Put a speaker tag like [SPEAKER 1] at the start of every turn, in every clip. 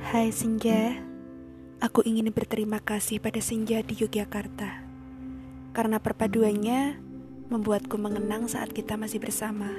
[SPEAKER 1] Hai Senja, aku ingin berterima kasih pada Senja di Yogyakarta karena perpaduannya membuatku mengenang saat kita masih bersama.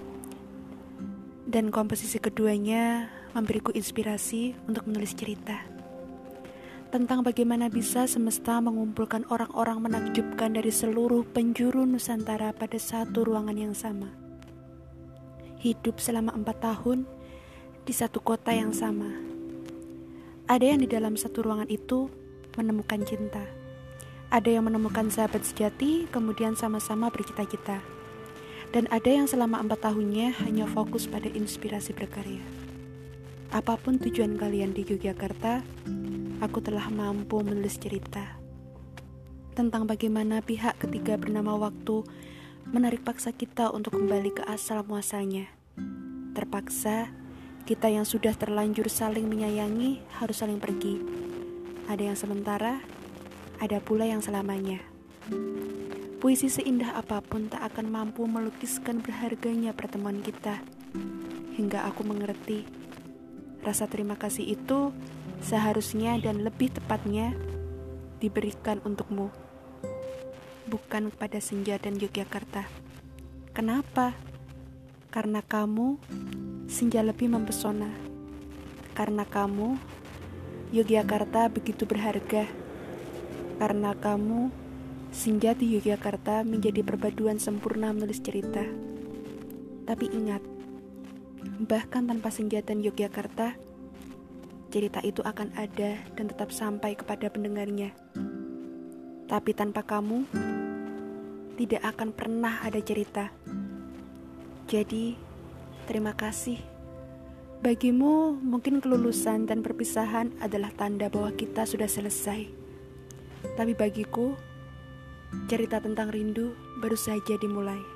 [SPEAKER 1] Dan komposisi keduanya memberiku inspirasi untuk menulis cerita tentang bagaimana bisa semesta mengumpulkan orang-orang menakjubkan dari seluruh penjuru Nusantara pada satu ruangan yang sama. Hidup selama 4 tahun di satu kota yang sama. Ada yang di dalam satu ruangan itu menemukan cinta. Ada yang menemukan sahabat sejati, kemudian sama-sama bercita-cita. Dan ada yang selama 4 tahunnya hanya fokus pada inspirasi berkarya. Apapun tujuan kalian di Yogyakarta, aku telah mampu menulis cerita tentang bagaimana pihak ketiga bernama waktu menarik paksa kita untuk kembali ke asal muasalnya. Terpaksa, kita yang sudah terlanjur saling menyayangi harus saling pergi. Ada yang sementara, ada pula yang selamanya. Puisi seindah apapun tak akan mampu melukiskan berharganya pertemuan kita. Hingga aku mengerti, rasa terima kasih itu seharusnya dan lebih tepatnya diberikan untukmu, bukan kepada Senja dan Yogyakarta. Kenapa? Karena kamu, Senja lebih mempesona. Karena kamu, Yogyakarta begitu berharga. Karena kamu, Senja di Yogyakarta menjadi perpaduan sempurna menulis cerita. Tapi ingat, bahkan tanpa Senja dan Yogyakarta, cerita itu akan ada dan tetap sampai kepada pendengarnya. Tapi tanpa kamu, tidak akan pernah ada cerita. Jadi, terima kasih. Bagimu, mungkin kelulusan dan perpisahan adalah tanda bahwa kita sudah selesai. Tapi bagiku, cerita tentang rindu baru saja dimulai.